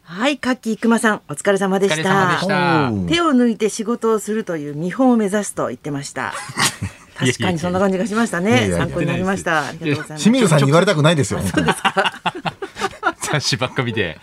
はい、カッキー熊さん、お疲れ様でした。手を抜いて仕事をするという見本を目指すと言ってました。確かにそんな感じがしましたね。参考になりました。ありがとうございます。 清水さんに言われたくないですよ。 そうですか。 雑誌ばっか見て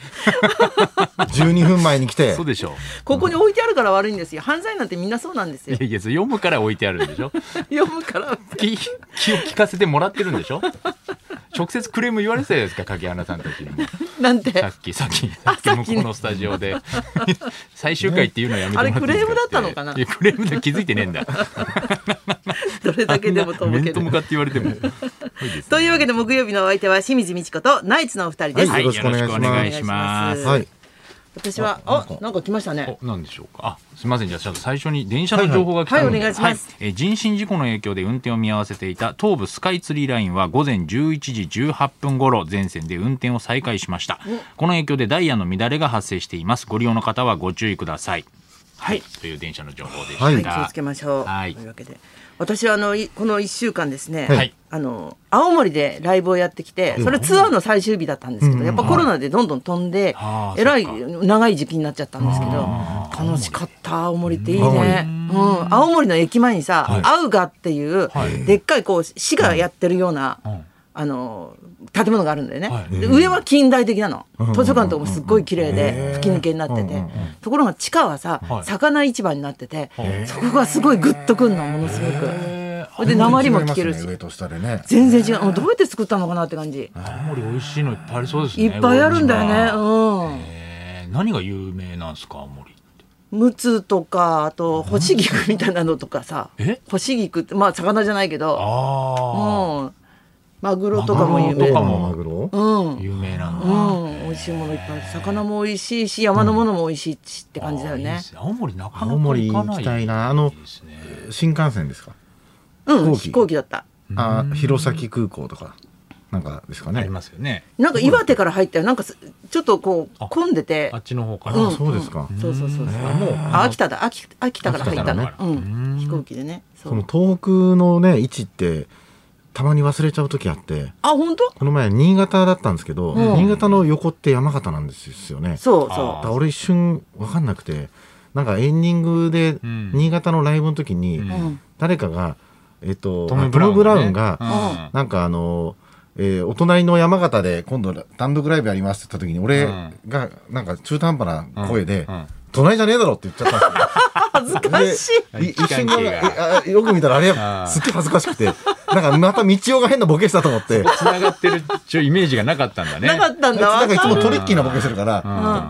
12分前に来て。 そうでしょ。 ここに置いてあるから悪いんですよ。犯罪なんてみんなそうなんですよ。 いや読むから置いてあるんでしょ。 読むから気を利かせてもらってるんでしょ。直接クレーム言われてたじゃないですか、柿花さんたちにも。 なんてさっき向こうのスタジオで最終回っていうのやめてもらっていいですか。 あれクレームだったのかな。 いやクレームで気づいてねえんだ。 どれだけでもとぼける。 面と向かって言われても。 というわけで木曜日のお相手は清水美智子とナイツのお二人です。 はい、よろしくお願いします。 はい。 私はなんか来ましたね。 なんでしょうか。すみません、じゃあちょっと最初に電車の情報が来たので、 はい、お願いします。 人身事故の影響で運転を見合わせていた東武スカイツリーラインは午前11時18分頃全線で運転を再開しました。この影響でダイヤの乱れが発生しています。ご利用の方はご注意ください。はい、という電車の情報でした。 はい、気をつけましょう。 はい、 というわけで私はこの1週間ですね、 はい、 青森でライブをやってきて、それツアーの最終日だったんですけど、やっぱコロナでどんどん飛んで、えらい長い時期になっちゃったんですけど、楽しかった。青森っていいね。青森の駅前にさ、アウガっていうでっかいこう市がやってるような建物があるんだよね。で上は近代的なの。図書館とかもすっごい綺麗で吹き抜けになってて、ところが地下はさ、魚市場になってて、そこがすごいグッとくんの、ものすごく。で訛りも聞けるし、全然違う。どうやって作ったのかなって感じ。 青森美味しいのいっぱいありそうですね。 いっぱいあるんだよね。 何が有名なんですか、青森。 ムツとか、あと干し菊みたいなのとかさ。干し菊ってまあ魚じゃないけど、マグロとかも有名。 有名なんだ。 美味しいものいっぱいある。魚も美味しいし、山のものも美味しいしって感じだよね。 青森なかなか行きたいな。新幹線ですか。 飛行機だった。 弘前空港とかなんかですかね。 ありますよね。 なんか岩手から入ったよ。なんかちょっとこう混んでて。 あっちの方から。 そうですか。 そう。もう秋田だ。秋田から入ったの。飛行機でね。 その東北のね位置ってたまに忘れちゃう時あって。 あ、本当？ この前新潟だったんですけど、新潟の横って山形なんですよね。 そう。 俺一瞬分かんなくて、なんかエンディングで新潟のライブの時に誰かがトム・ブラウンがなんかお隣の山形で今度単独ライブやりますって言った時に、俺がなんか中途半端な声で隣じゃねえだろって言っちゃったんですよ。 恥ずかしい。 一瞬よく見たらあれすっげえ恥ずかしくて、なんかまた道夫が変なボケしたと思って。 繋がってるイメージがなかったんだね。 なかったんだ。 なんかいつもトリッキーなボケするから、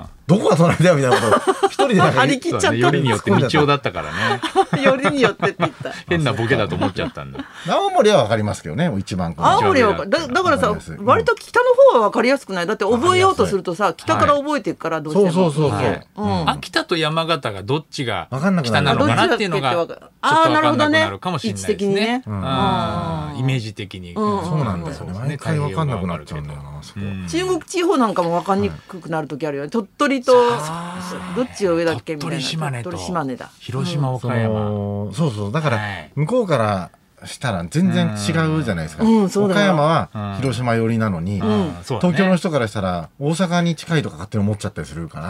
どこが隣だよみたいなことを一人で張り切っちゃった。 よりによって道夫だったからね。 よりによってって言った。 変なボケだと思っちゃったんだ。 青森はわかりますけどね、一番。 青森はだからさ、割と北の方はわかりやすくない。だって覚えようとするとさ、北から覚えていくからどうしても。 そう。 秋田と山形がどっちが北なのかなっていうのがちょっと分かんなくなるかもしれないですね。イメージ的に。 そうなんだよね。毎回分かんなくなっちゃうんだよな。 中国地方なんかも分かんにくくなる時あるよね。鳥取とどっちが上だっけみたいな。鳥取島根だ。 広島岡山。 そうだから向こうからしたら全然違うじゃないですか。岡山は広島寄りなのに、東京の人からしたら大阪に近いとか勝手に思っちゃったりするから、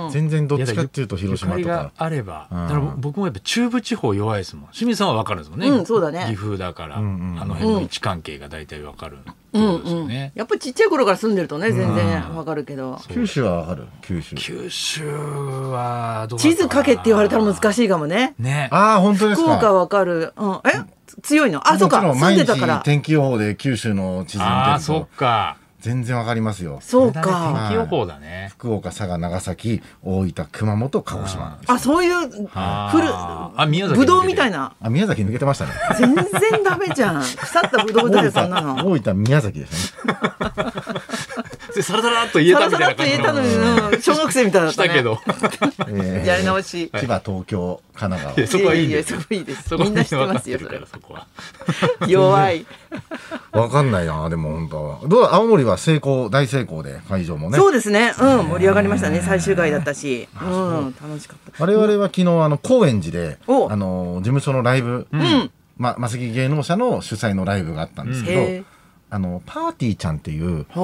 全然どっちかっていうと広島とかあれば。だから僕もやっぱ中部地方弱いですもん。清水さんは分かるんですもんね。 そうだね。 岐阜だからあの辺の位置関係が大体分かる。 やっぱりちっちゃい頃から住んでるとね全然分かるけど。 九州は分かる。 九州は地図書けって言われたら難しいかもね。 ああ本当ですか。 福岡分かる。強いの。そうか。住んでたから。 天気予報で九州の地図見てると。 そっか。 全然わかりますよ。 そうか。 天気予報だね。 福岡、佐賀、長崎、大分、熊本、鹿児島。 そういうぶどうみたいな。 宮崎抜けてましたね。 全然ダメじゃん。腐ったぶどうだよそんなの。 大分、宮崎ですね。 サラサラっと言えたみたいな感じ。 サラサラっと言えたのに小学生みたいだったね。 したけど。 やり直し。 千葉、東京、神奈川。 そこはいいです。 そこいいです。みんな知ってますよそれ。 そこは。 弱い。 わかんないなでも本当は。どう青森は大成功で会場もね。 そうですね。盛り上がりましたね。最終回だったし、楽しかった。 我々は昨日高円寺で事務所のライブ、マセキ芸能者の主催のライブがあったんですけど、パーティーちゃんっていう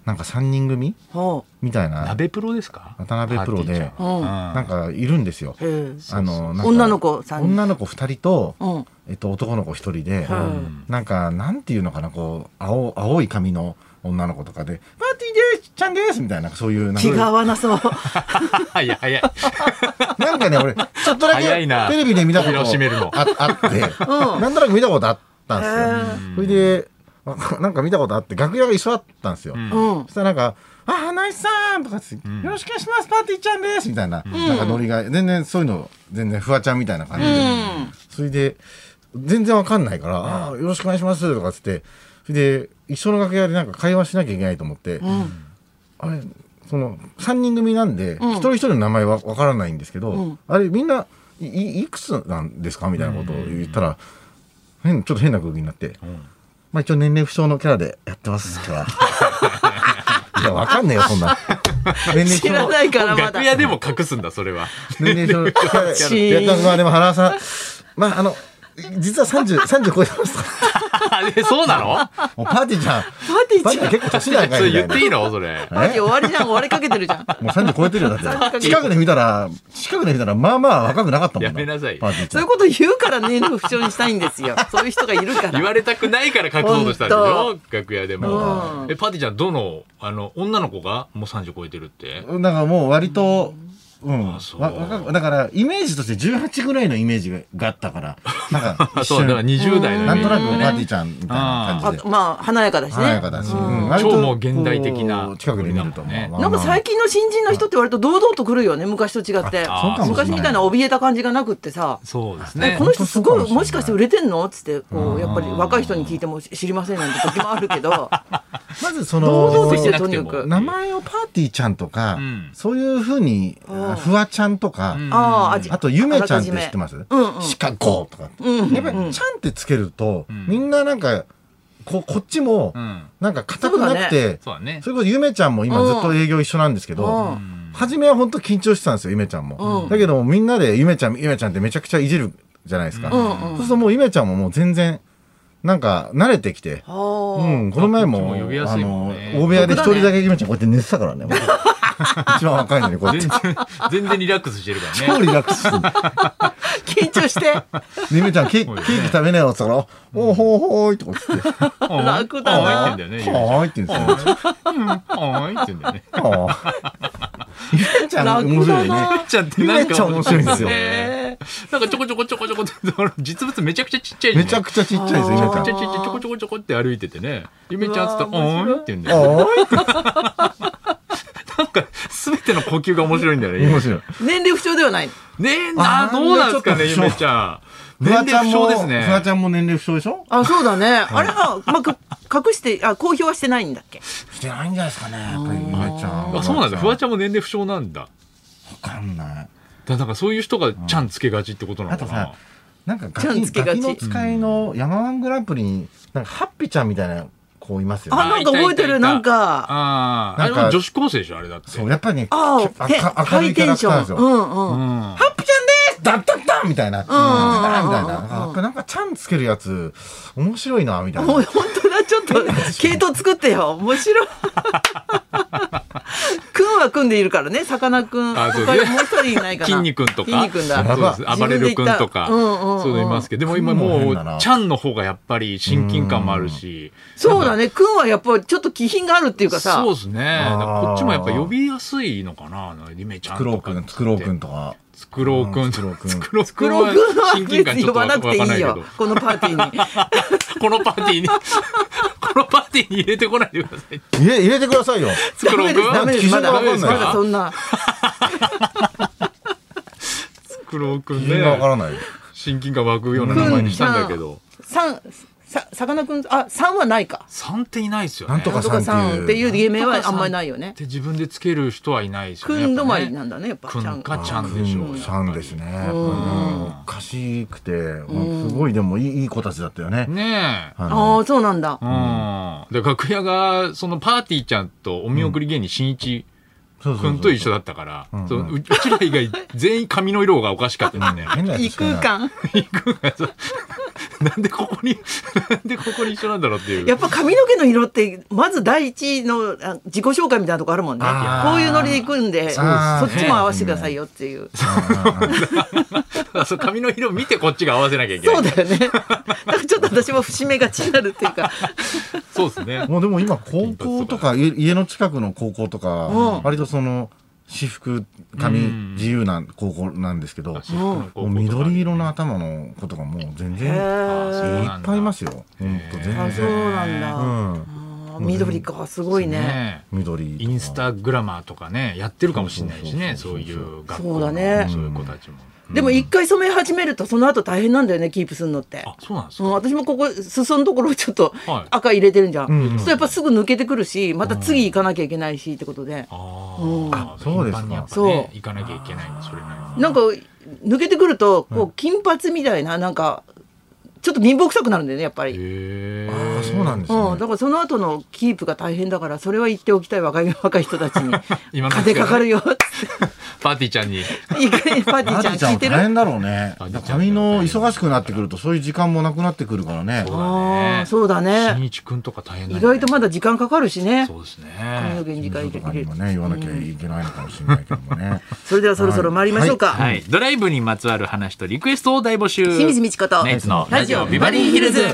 なんか3人組みたいな、 鍋プロですか、 渡辺プロでなんかいるんですよ。なんか女の子 2人と、男の子1人で、なんかなんていうのかな、こう青い髪の女の子とかでパーティーですちゃんですみたいな、そういう気が合わなそう早いなんかね、俺ちょっとだけテレビで見たことあってなんとなく見たことあったんですよ。それでなんか見たことあって、楽屋が一緒だったんですよ。そしたらなんか花井さんとかってよろしくお願いしますパーティーちゃんですみたいな、なんかノリが全然そういうの全然フワちゃんみたいな感じで、それで全然わかんないからよろしくお願いしますとかつって、それで一緒の楽屋でなんか会話しなきゃいけないと思って、あれその3人組なんで一人一人の名前はわからないんですけど、あれみんないくつなんですかみたいなことを言ったらちょっと変な空気になって、まあ一応年齢不詳のキャラでやってますからいやわかんねえよそんな年齢知らないからまだ楽屋でも隠すんだそれは。 年齢不詳いやまあでも原さん実は30超えてますそうなの？ もうパーティーちゃん結構年なんかそれ言っていいのそれ？ パーティー終わりじゃん、終わりかけてるじゃん。 もう30超えてるよだって。近くで見たらまあまあ若くなかったもん。 やめなさい。 そういうこと言うから年齢不詳にしたいんですよ。そういう人がいるから。 言われたくないから隠そうとしたんでしょ楽屋でも。パーティーちゃんどの女の子がもう30超えてるって？ だからもう割と。だからイメージとして18ぐらいのイメージがあったからなんかそうだから20代のイメージ、 なんとなくパーティーちゃんみたいな感じで、 まあ華やかだしね、 華やかだし、 超もう現代的な近くで見るとね、 なんか最近の新人の人って割と堂々と来るよね、昔と違って。昔みたいな怯えた感じがなくってさ、 そうですね、 この人すごいもしかして売れてんのっつってこうやっぱり若い人に聞いても知りませんなんて時もあるけどまずその堂々としてとにかく名前をパーティーちゃんとか、そういうふうにフワちゃんとか、あとゆめちゃんって知ってます？シカゴとか、やっぱりちゃんってつけるとみんななんかこっちもなんか硬くなくて、それこそゆめちゃんも今ずっと営業一緒なんですけど、初めは本当緊張してたんですよ、ゆめちゃんも。だけどみんなでゆめちゃんってめちゃくちゃいじるじゃないですか。そうするともうゆめちゃんももう全然なんか慣れてきて、この前も大部屋で一人だけゆめちゃんこうやって寝てたからね。一番若いのにこうやって全然リラックスしてるからね。 超リラックスしてる。 緊張してゆめちゃんケーキ食べなよって言ったら「おほーい」とか言って楽だな。 はーいって言うんだよね。 はーいって言うんですよ。 はーいって言うんだよね。 ゆめちゃん面白いね。 ゆめちゃん面白いんですよ。 なんかちょこちょこって実物めちゃくちゃちっちゃい。 めちゃくちゃちっちゃいですよ。ゆめちゃん。 ちょこちょこって歩いててね。ゆめちゃんっつったら「おーい」って言うんだよ。なんか全ての呼吸が面白いんだよね。 面白い。 年齢不詳ではない。 ねえな、どうなんですかね、ゆめちゃん。年齢不詳ですね。 フワちゃんも年齢不詳でしょ？ あ、そうだね。あれは隠して公表はしてないんだっけ？ してないんじゃないですかね。やっぱりゆめちゃん。 あ、そうなんだ。フワちゃんも年齢不詳なんだ。 わかんない。 だからそういう人がちゃんつけがちってことなのかな。 あとさ、なんかガキの使いのヤマワングランプリになんかハッピちゃんみたいな子いますよね。 なんか覚えてる。なんかあの女子高生でしょあれだって。 そうやっぱりね、 明るいキャラクターですよ。ハッピちゃんですダッダッダンみたいな、みたいな。なんかちゃんつけるやつ面白いなみたいな。 本当だ、ちょっと系統作ってよ。面白い。くんはくんでいるからね、さかなクン。他にもう一人いないかな。 筋肉くんとか。 筋肉くんだ。 暴れるくんとか。そういうのいますけど、でも今もうちゃんの方がやっぱり親近感もあるし。 そうだね、くんはやっぱりちょっと気品があるっていうかさ。 そうですね。こっちもやっぱ呼びやすいのかな、ゆめちゃんとか。 つくろうくんとか。 つくろうくんは親近感ちょっと呼ばなくていいよ。このパーティーに。 このパーティーに入れてこないでください。 入れてくださいよ。 つくろうくん。 ダメです。まだそんな。 つくろうくんね。 わからない。 親近感湧くような名前にしたんだけど。 さかなクン、3はないか。 3っていないですよね。 なんとかさんっていう芸名はあんまりないよね。 で自分でつける人はいないですよね。 くん止まりなんだね、やっぱ。 くんかちゃんでしょう。 さんですね。おかしくて、すごいでもいい子たちだったよね。 ねえ。 ああ、そうなんだ。 で楽屋がそのパーティーちゃんとお見送り芸人しんいちくんと一緒だったから、うちら以外全員髪の色がおかしかったんだよね。 異空間。 なんでここに一緒なんだろうっていう。 やっぱ髪の毛の色ってまず第一の自己紹介みたいなとこあるもんね。こういうノリでいくんでそっちも合わせてくださいよっていう。 そう髪の色見てこっちが合わせなきゃいけない。 そうだよね。だからちょっと私も節目がちになるっていうか。 そうですね。 もうでも今高校とか家の近くの高校とか割とその私服髪自由な高校なんですけど、もう緑色の頭の子とかもう全然いっぱいいますよ。本当全然。 そうなんだ。緑かすごいね。 緑。 インスタグラマーとかねやってるかもしれないしね、そういう学校のそういう子たちも。 でも一回染め始めるとその後大変なんだよね、キープするのって。 あ、そうなんですか。 私もここ裾のところちょっと赤入れてるんじゃん。そうするとやっぱすぐ抜けてくるし、また次行かなきゃいけないしってことで。 そうですか。 そう行かなきゃいけないんで、それなりに。 なんか抜けてくるとこう金髪みたいななんかちょっと貧乏臭くなるんだよねやっぱり。 ああそうなんですね。 だからその後のキープが大変だから、それは言っておきたい若い人たちに。金かかるよって。 パーティーちゃんに。 パーティーちゃん聞いてる。 大変だろうね。髪の忙しくなってくるとそういう時間もなくなってくるからね。 そうだね。 新一くんとか大変だね。 意外とまだ時間かかるしね。 そうですね。 髪の毛に時間入れてくれる。 言わなきゃいけないのかもしれないけどもね。 それではそろそろ参りましょうか。 はい。ドライブにまつわる話とリクエストを大募集。 清水美智子とナイツのラジオビバリーヒルズ。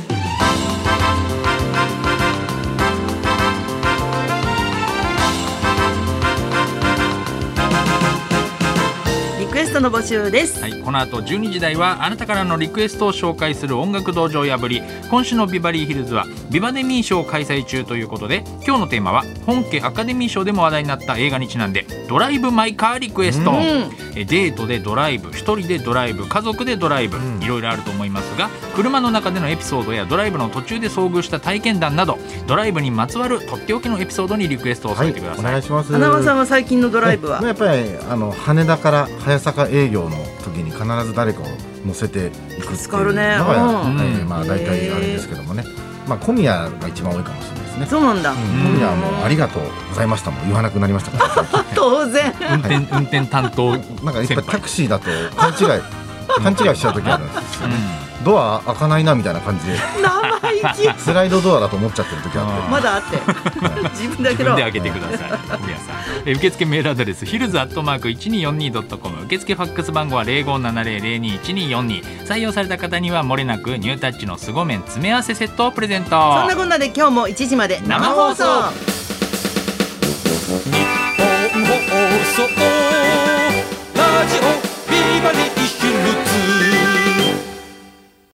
リクエストの募集です。 はい、この後12時台はあなたからのリクエストを紹介する音楽道場破り。今週のビバリーヒルズはビバデミー賞を開催中ということで、今日のテーマは本家アカデミー賞でも話題になった映画にちなんでドライブ・マイ・カーリクエスト。デートでドライブ、一人でドライブ、家族でドライブ、いろいろあると思いますが、車の中でのエピソードやドライブの途中で遭遇した体験談など、ドライブにまつわるとっておきのエピソードにリクエストを添えてください。 お願いします。 花輪さんは最近のドライブはやっぱり羽田から早坂営業の時に必ず誰かを乗せていくっていうのがまあ大体あれですけどもね、まあ小宮が一番多いかもしれないですね。 そうなんだ。 小宮はもうありがとうございましたも言わなくなりましたから当然運転担当なんかやっぱタクシーだと勘違いしちゃう時あるんですよね。ドア開かないなみたいな感じで生意気スライドドアだと思っちゃってる時あってまだあって自分で開けろ。 自分で開けてください。皆さん受付メールアドレスヒルズ@1242.com、 受付ファックス番号は 0570021242。 採用された方にはもれなくニュータッチのスゴメン詰め合わせセットをプレゼント。 そんなこんなで今日も1時まで生放送。 日本放送ラジオビバリーヒルズ